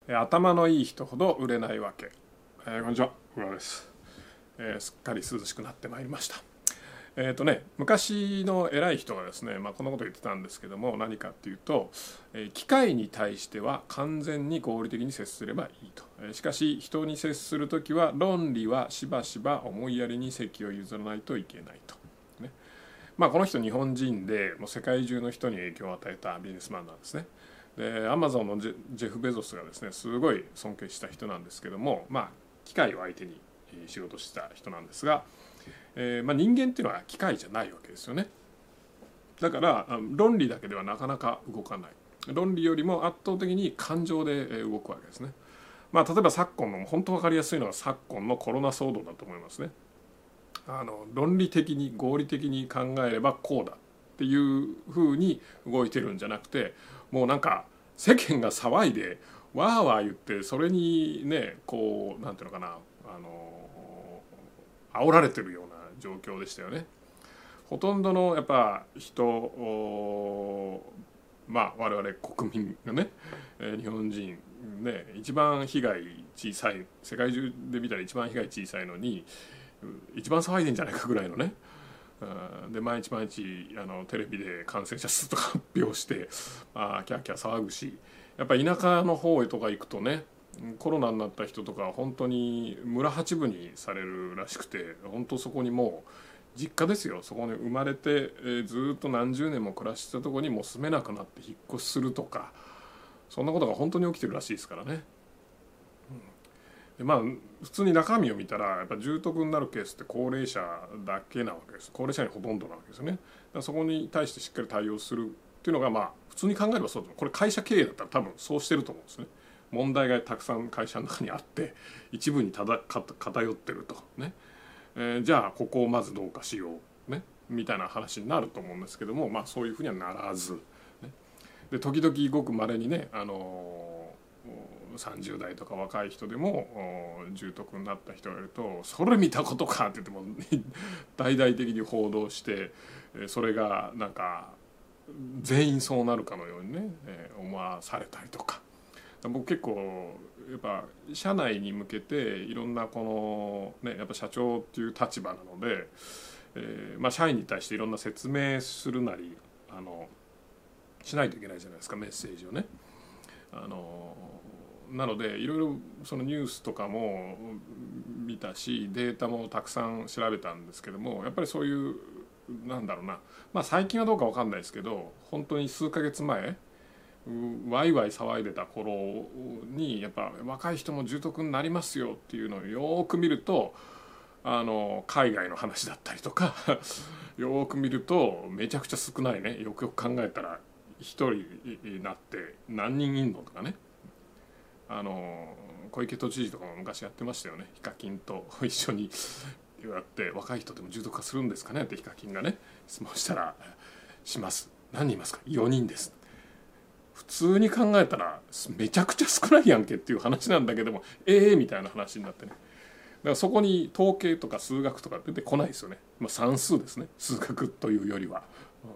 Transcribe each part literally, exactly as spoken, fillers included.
頭のいい人ほど売れないわけ。えー、こんにちは、小川です、えー、すっかり涼しくなってまいりました。えーとね、昔の偉い人がですね、まあ、こんなこと言ってたんですけども、何かっていうと、えー、機械に対しては完全に合理的に接すればいいと。えー、しかし人に接するときは論理はしばしば思いやりに席を譲らないといけないと。ね、まあ、この人日本人でもう世界中の人に影響を与えたビジネスマンなんですね。でアマゾンのジェジェフ・ベゾスがですねすごい尊敬した人なんですけども、まあ機械を相手に仕事した人なんですが、えーまあ、人間っていうのは機械じゃないわけですよね。だから論理だけではなかなか動かない。論理よりも圧倒的に感情で動くわけですね。まあ、例えば昨今の本当分かりやすいのは昨今のコロナ騒動だと思いますね。あの論理的に合理的に考えればこうだっていうふうに動いてるんじゃなくて、もうなんか世間が騒いでわーわー言って、それにねこうなんていうのかな、あの煽られてるような状況でしたよね。ほとんどのやっぱ人、まあ我々国民がね、日本人ね一番被害小さい、世界中で見たら一番被害小さいのに一番騒いでんじゃないかぐらいのね。で毎日毎日あのテレビで感染者数とか発表して、あキャーキャー騒ぐし、やっぱ田舎の方へとか行くとね、コロナになった人とか本当に村八分にされるらしくて、本当そこにもう実家ですよ、そこに生まれて、えー、ずっと何十年も暮らしてたところにもう住めなくなって引っ越しするとか、そんなことが本当に起きてるらしいですからね。でまあ普通に中身を見たらやっぱ重篤になるケースって高齢者だけなわけです。高齢者にほとんどなわけですよね。だからそこに対してしっかり対応するっていうのが、まあ普通に考えればそうだ。これ会社経営だったら多分そうしてると思うんですね。問題がたくさん会社の中にあって一部にただ偏ってるとね、えー、じゃあここをまずどうかしようねみたいな話になると思うんですけども、まあそういうふうにはならず、ね、で時々ごく稀にね、あのー、さんじゅう代とか若い人でも重篤になった人がいると、それ見たことかって言っても大々的に報道して、それがなんか全員そうなるかのようにね思わされたりとか。僕結構やっぱ社内に向けていろんなこのねやっぱ社長っていう立場なので、えーまあ、社員に対していろんな説明するなりあのしないといけないじゃないですか、メッセージをね。あのなのでいろいろそのニュースとかも見たしデータもたくさん調べたんですけども、やっぱりそういうなんだろうな、まあ最近はどうか分かんないですけど、本当に数ヶ月前ワイワイ騒いでた頃にやっぱ若い人も重篤になりますよっていうのをよく見ると、あの海外の話だったりとかよく見るとめちゃくちゃ少ないね。よくよく考えたらひとりになって何人いんのとかね。あの小池都知事とかも昔やってましたよね。ヒカキンと一緒にやって、若い人でも重篤化するんですかねってヒカキンがね質問したら、します。何人いますか。よにんです。普通に考えたらめちゃくちゃ少ないやんけっていう話なんだけども、ええー、みたいな話になってね。だからそこに統計とか数学とか出てこないですよね。まあ、算数ですね、数学というよりは。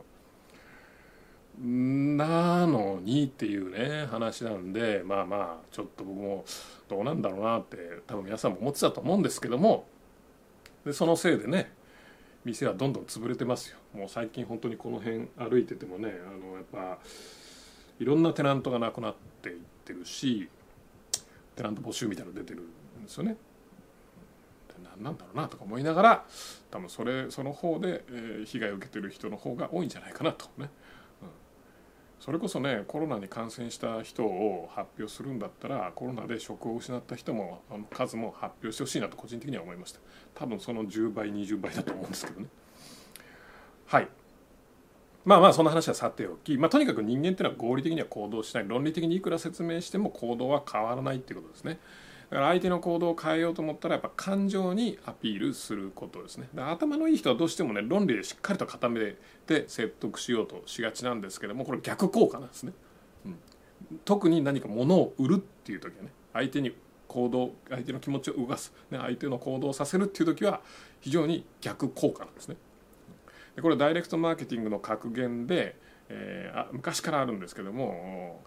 なのにっていうね話なんで、まあまあちょっと僕もどうなんだろうなって多分皆さんも思ってたと思うんですけども、でそのせいでね店はどんどん潰れてますよ。もう最近本当にこの辺歩いててもね、あのやっぱいろんなテナントがなくなっていってるし、テナント募集みたいなの出てるんですよね。何なんだろうなとか思いながら、多分それその方で、えー、被害を受けてる人の方が多いんじゃないかなとね、うん、それこそねコロナに感染した人を発表するんだったら、コロナで職を失った人もあの数も発表してほしいなと個人的には思いました。多分そのじゅうばいにじゅうばいだと思うんですけどね。はい。まあまあその話はさておき、まあ、とにかく人間っていうのは合理的には行動しない。論理的にいくら説明しても行動は変わらないっていうことですね。だから相手の行動を変えようと思ったらやっぱ感情にアピールすることですね。だから頭のいい人はどうしてもね論理でしっかりと固めて説得しようとしがちなんですけども、これ逆効果なんですね。うん、特に何か物を売るっていう時はね、相手に行動相手の気持ちを動かす、ね、相手の行動をさせるっていう時は非常に逆効果なんですね。これダイレクトマーケティングの格言で、えー、あ昔からあるんですけども、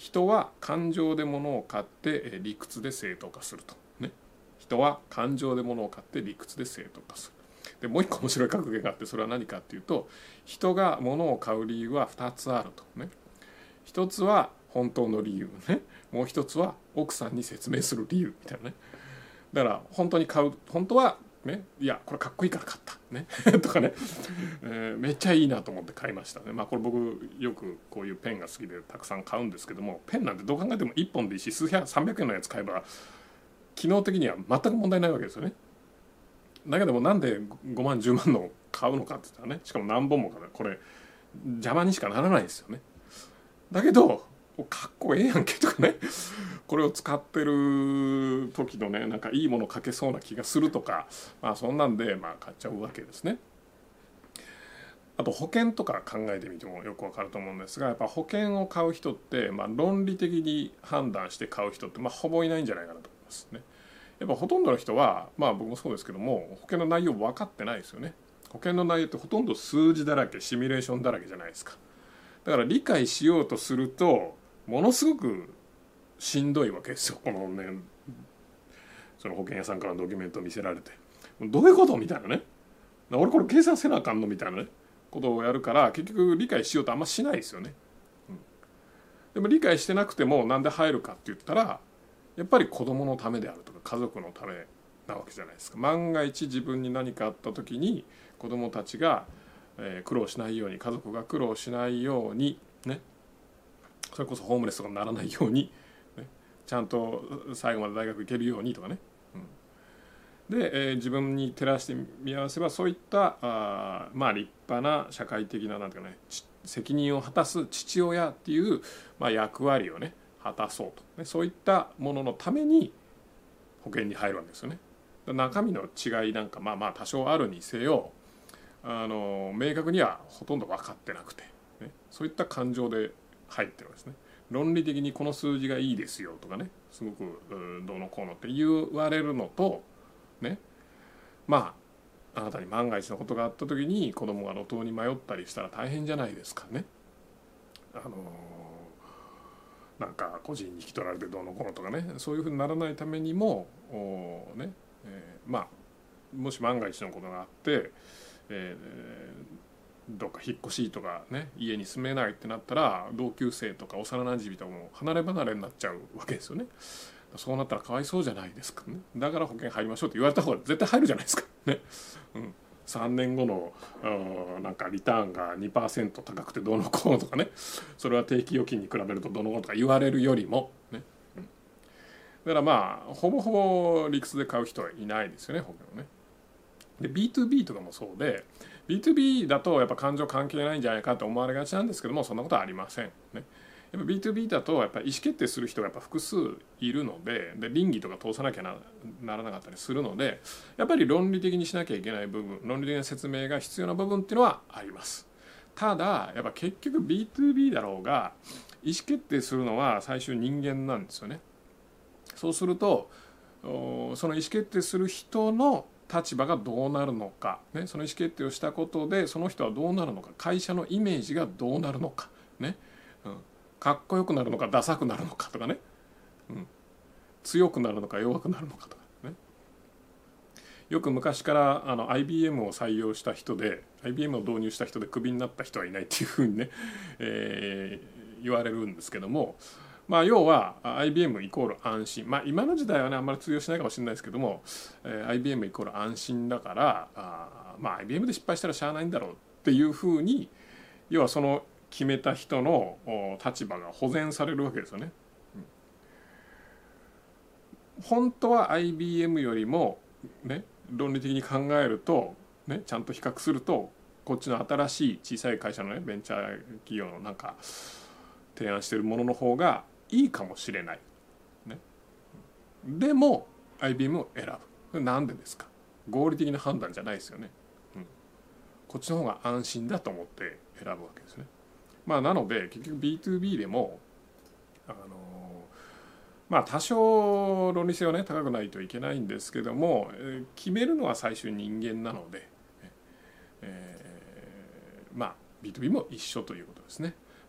人は感情で物を買って理屈で正当化すると、ね、人は感情で物を買って理屈で正当化する。でもう一個面白い格言があって、それは何かっていうと、人が物を買う理由はふたつあるとね。一つは本当の理由ね、もう一つは奥さんに説明する理由みたいなね。だから本当に買う、本当はね、いやこれかっこいいから買ったねとかね、えー、めっちゃいいなと思って買いましたね。まあこれ僕よくこういうペンが好きでたくさん買うんですけども、ペンなんてどう考えてもいっぽんでいいし、数百さんびゃくえんのやつ買えば機能的には全く問題ないわけですよね。だけどもなんでごまんじゅうまんの買うのかって言ったらね、しかも何本もかこれ邪魔にしかならないですよね。だけどかっこええやんけとかね、これを使ってる時のね、なんかいいもの書けそうな気がするとか、まあそんなんでまあ買っちゃうわけですね。あと保険とか考えてみてもよくわかると思うんですが、やっぱ保険を買う人って、まあ、論理的に判断して買う人って、まあ、ほぼいないんじゃないかなと思いますね。やっぱほとんどの人は、まあ僕もそうですけども、保険の内容分かってないですよね。保険の内容ってほとんど数字だらけ、シミュレーションだらけじゃないですか。だから理解しようとするとものすごくしんどいわけですよ。このね、その保険屋さんからのドキュメントを見せられて、どういうことみたいなね、俺これ計算せなあかんのみたいなねことをやるから、結局理解しようとあんましないですよね。うん、でも理解してなくてもなんで入るかって言ったら、やっぱり子供のためであるとか家族のためなわけじゃないですか。万が一自分に何かあった時に子供たちが苦労しないように、家族が苦労しないようにね、それこそホームレスとかにならないように、ね、ちゃんと最後まで大学行けるようにとかね、うん、で、えー、自分に照らして見合わせばそういったあまあ立派な社会的ななんていうかね、責任を果たす父親っていう、まあ、役割をね果たそうと、ね、そういったもののために保険に入るわけですよね。中身の違いなんかまあまあ多少あるにせよ、あの明確にはほとんど分かってなくて、ね、そういった感情で入ってるんですね。論理的にこの数字がいいですよとかね、すごくどうのこうのって言われるのとね、まああなたに万が一のことがあった時に子供が路頭に迷ったりしたら大変じゃないですかね。あのなんか個人に引き取られてどうのこうのとかね、そういうふうにならないためにもね、えー、まあもし万が一のことがあって、えー、どっか引っ越しとかね、家に住めないってなったら同級生とか幼なじみとも離れ離れになっちゃうわけですよね。そうなったらかわいそうじゃないですかね。だから保険入りましょうって言われた方が絶対入るじゃないですかね。うん、さんねんごのなんかリターンが にパーセント 高くてどうのこうのとかね、それは定期預金に比べるとどうのこうのとか言われるよりもね、うん、だからまあほぼほぼ理屈で買う人はいないですよね、保険をね。で ビーツービー とかもそうで、 ビーツービー だとやっぱ感情関係ないんじゃないかと思われがちなんですけども、そんなことはありませんね。やっぱ ビーツービー だとやっぱ意思決定する人がやっぱ複数いるので、で倫理とか通さなきゃ な, ならなかったりするので、やっぱり論理的にしなきゃいけない部分、論理的な説明が必要な部分っていうのはあります。ただやっぱ結局 ビーツービー だろうが意思決定するのは最終人間なんですよね。そうするとその意思決定する人の立場がどうなるのか、ね、その意思決定をしたことでその人はどうなるのか、会社のイメージがどうなるのかね、うん、かっこよくなるのかダサくなるのかとかね、うん、強くなるのか弱くなるのかとかね。よく昔からあの アイビーエム を採用した人で アイビーエム を導入した人でクビになった人はいないっていうふうにね、えー、言われるんですけども、まあ要は アイビーエム イコール安心、まあ今の時代はねあんまり通用しないかもしれないですけども、えー、アイビーエム イコール安心だからあまあ アイビーエム で失敗したらしゃあないんだろうっていうふうに、要はその決めた人の立場が保全されるわけですよね。本当は アイビーエム よりもね論理的に考えるとね、ちゃんと比較するとこっちの新しい小さい会社のねベンチャー企業のなんか提案しているものの方がいいかもしれない、ね、でも アイビーエム を選ぶ。なんでですか。合理的な判断じゃないですよね、うん、こっちの方が安心だと思って選ぶわけですね。まあなので結局 ビーツービー でもあのまあ多少論理性はね高くないといけないんですけども、えー、決めるのは最終人間なので、えー、まあ ビーツービー も一緒ということですね。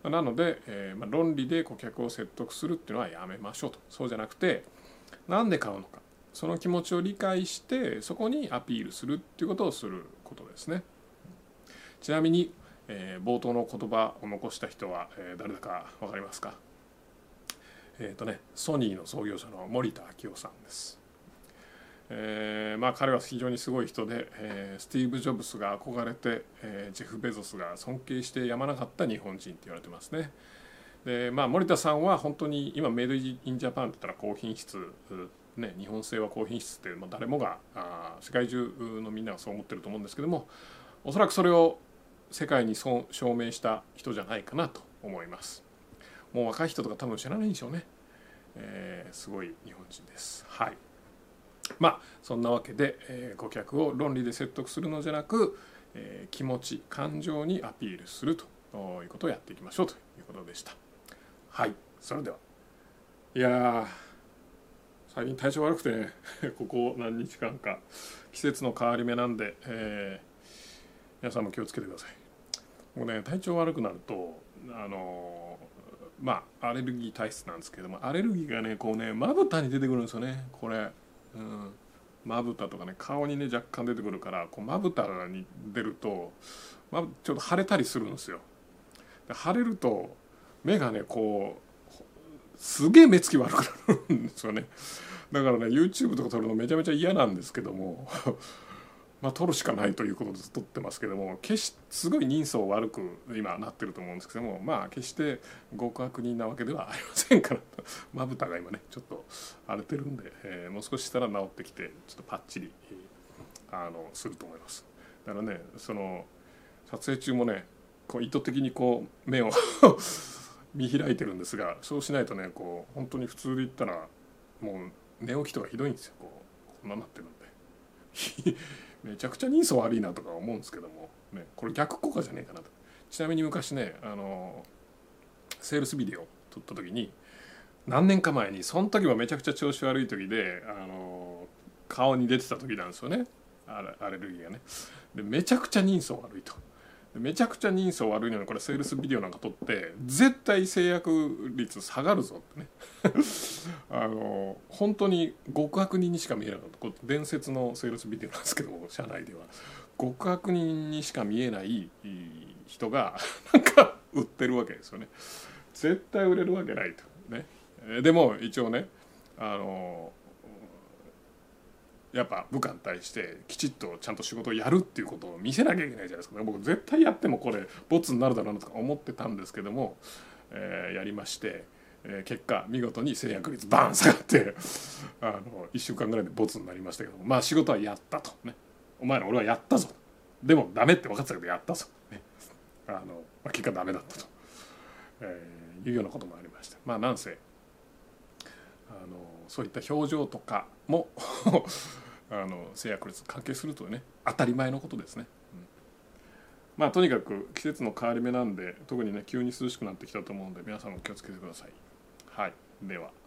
なので、えーまあ、論理で顧客を説得するっていうのはやめましょうと。そうじゃなくて、なんで買うのか、その気持ちを理解してそこにアピールするっていうことをすることですね。ちなみに、えー、冒頭の言葉を残した人は、えー、誰だか分かりますか？えっとねソニーの創業者の森田昭夫さんです。えーまあ、彼は非常にすごい人で、えー、スティーブ・ジョブズが憧れて、えー、ジェフ・ベゾスが尊敬してやまなかった日本人って言われてますね。で、まあ、森田さんは本当に今メイドインジャパンって言ったら高品質、ね、日本製は高品質って、まあ、誰もがあ世界中のみんながそう思ってると思うんですけども、おそらくそれを世界に証明した人じゃないかなと思います。もう若い人とか多分知らないんでしょうね。えー、すごい日本人です。はい。まあそんなわけで、えー、顧客を論理で説得するのじゃなく、えー、気持ち感情にアピールするということをやっていきましょうということでした。はい、それでは。いや最近体調悪くてねここ何日間か季節の変わり目なんで、えー、皆さんも気をつけてください。もうね体調悪くなるとあのー、まあアレルギー体質なんですけども、アレルギーがねこうねまぶたに出てくるんですよね。これまぶたとかね顔にね若干出てくるから、こうまぶたに出ると、ま、ちょっと腫れたりするんですよ。で腫れると目がねこうすげえ目つき悪くなるんですよね。だからね YouTube とか撮るのめちゃめちゃ嫌なんですけどもまあ撮るしかないということで撮ってますけども、決しすごい人相悪く今なってると思うんですけども、まあ決して極悪人なわけではありませんからまぶたが今ねちょっと荒れてるんで、えー、もう少ししたら治ってきてちょっとパッチリ、えー、あのすると思います。だからねその撮影中もねこう意図的にこう目を見開いてるんですが、そうしないとねこう本当に普通で言ったらもう寝起きとかひどいんですよ。こうこんなになってるんでめちゃくちゃ人相悪いなとか思うんですけども、ね、これ逆効果じゃねえかなと。ちなみに昔ねあのセールスビデオを撮った時に、何年か前にその時もめちゃくちゃ調子悪い時であの顔に出てた時なんですよね、アレルギーがね。でめちゃくちゃ人相悪いと。めちゃくちゃ人相悪いのにこれセールスビデオなんか撮って絶対制約率下がるぞってねあの本当に極悪人にしか見えなかった。伝説のセールスビデオなんですけども、社内では極悪人にしか見えない人がなんか売ってるわけですよね。絶対売れるわけないとね。でも一応ねあのやっぱ部下に対してきちっとちゃんと仕事をやるっていうことを見せなきゃいけないじゃないですか。僕絶対やってもこれボツになるだろうなとか思ってたんですけども、えー、やりまして、えー、結果見事に制約率バーン下がってあのいっしゅうかんぐらいでボツになりましたけども、まあ仕事はやったとね。お前ら俺はやったぞ、でもダメって分かってたけどやったぞ、ね、あの、まあ、結果ダメだったと、えー、いうようなこともありました。まあなんせあのそういった表情とかもあの制約率関係するとね当たり前のことですね、うん、まあとにかく季節の変わり目なんで特にね急に涼しくなってきたと思うんで皆さんも気をつけてください。はい、では。